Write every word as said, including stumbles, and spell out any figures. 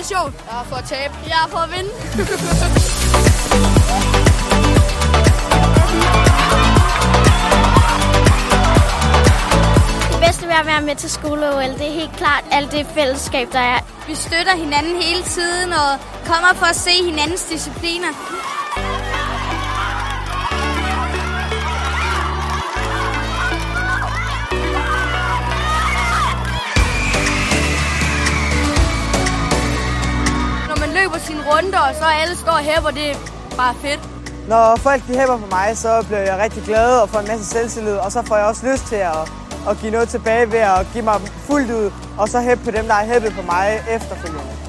motivation. Jeg er for at tabe. Jeg er for at vinde. Det bedste ved at være med til skole-O L, det er helt klart alt det fællesskab, der er. Vi støtter hinanden hele tiden og kommer for at se hinandens discipliner. Når man løber sine runder, og så alle står og hæpper, det er bare fedt. Når folk de hæpper på mig, så bliver jeg rigtig glad og får en masse selvtillid, og så får jeg også lyst til at, at give noget tilbage ved at give mig fuldt ud, og så hæppe på dem, der har hæppet på mig efterfølgende.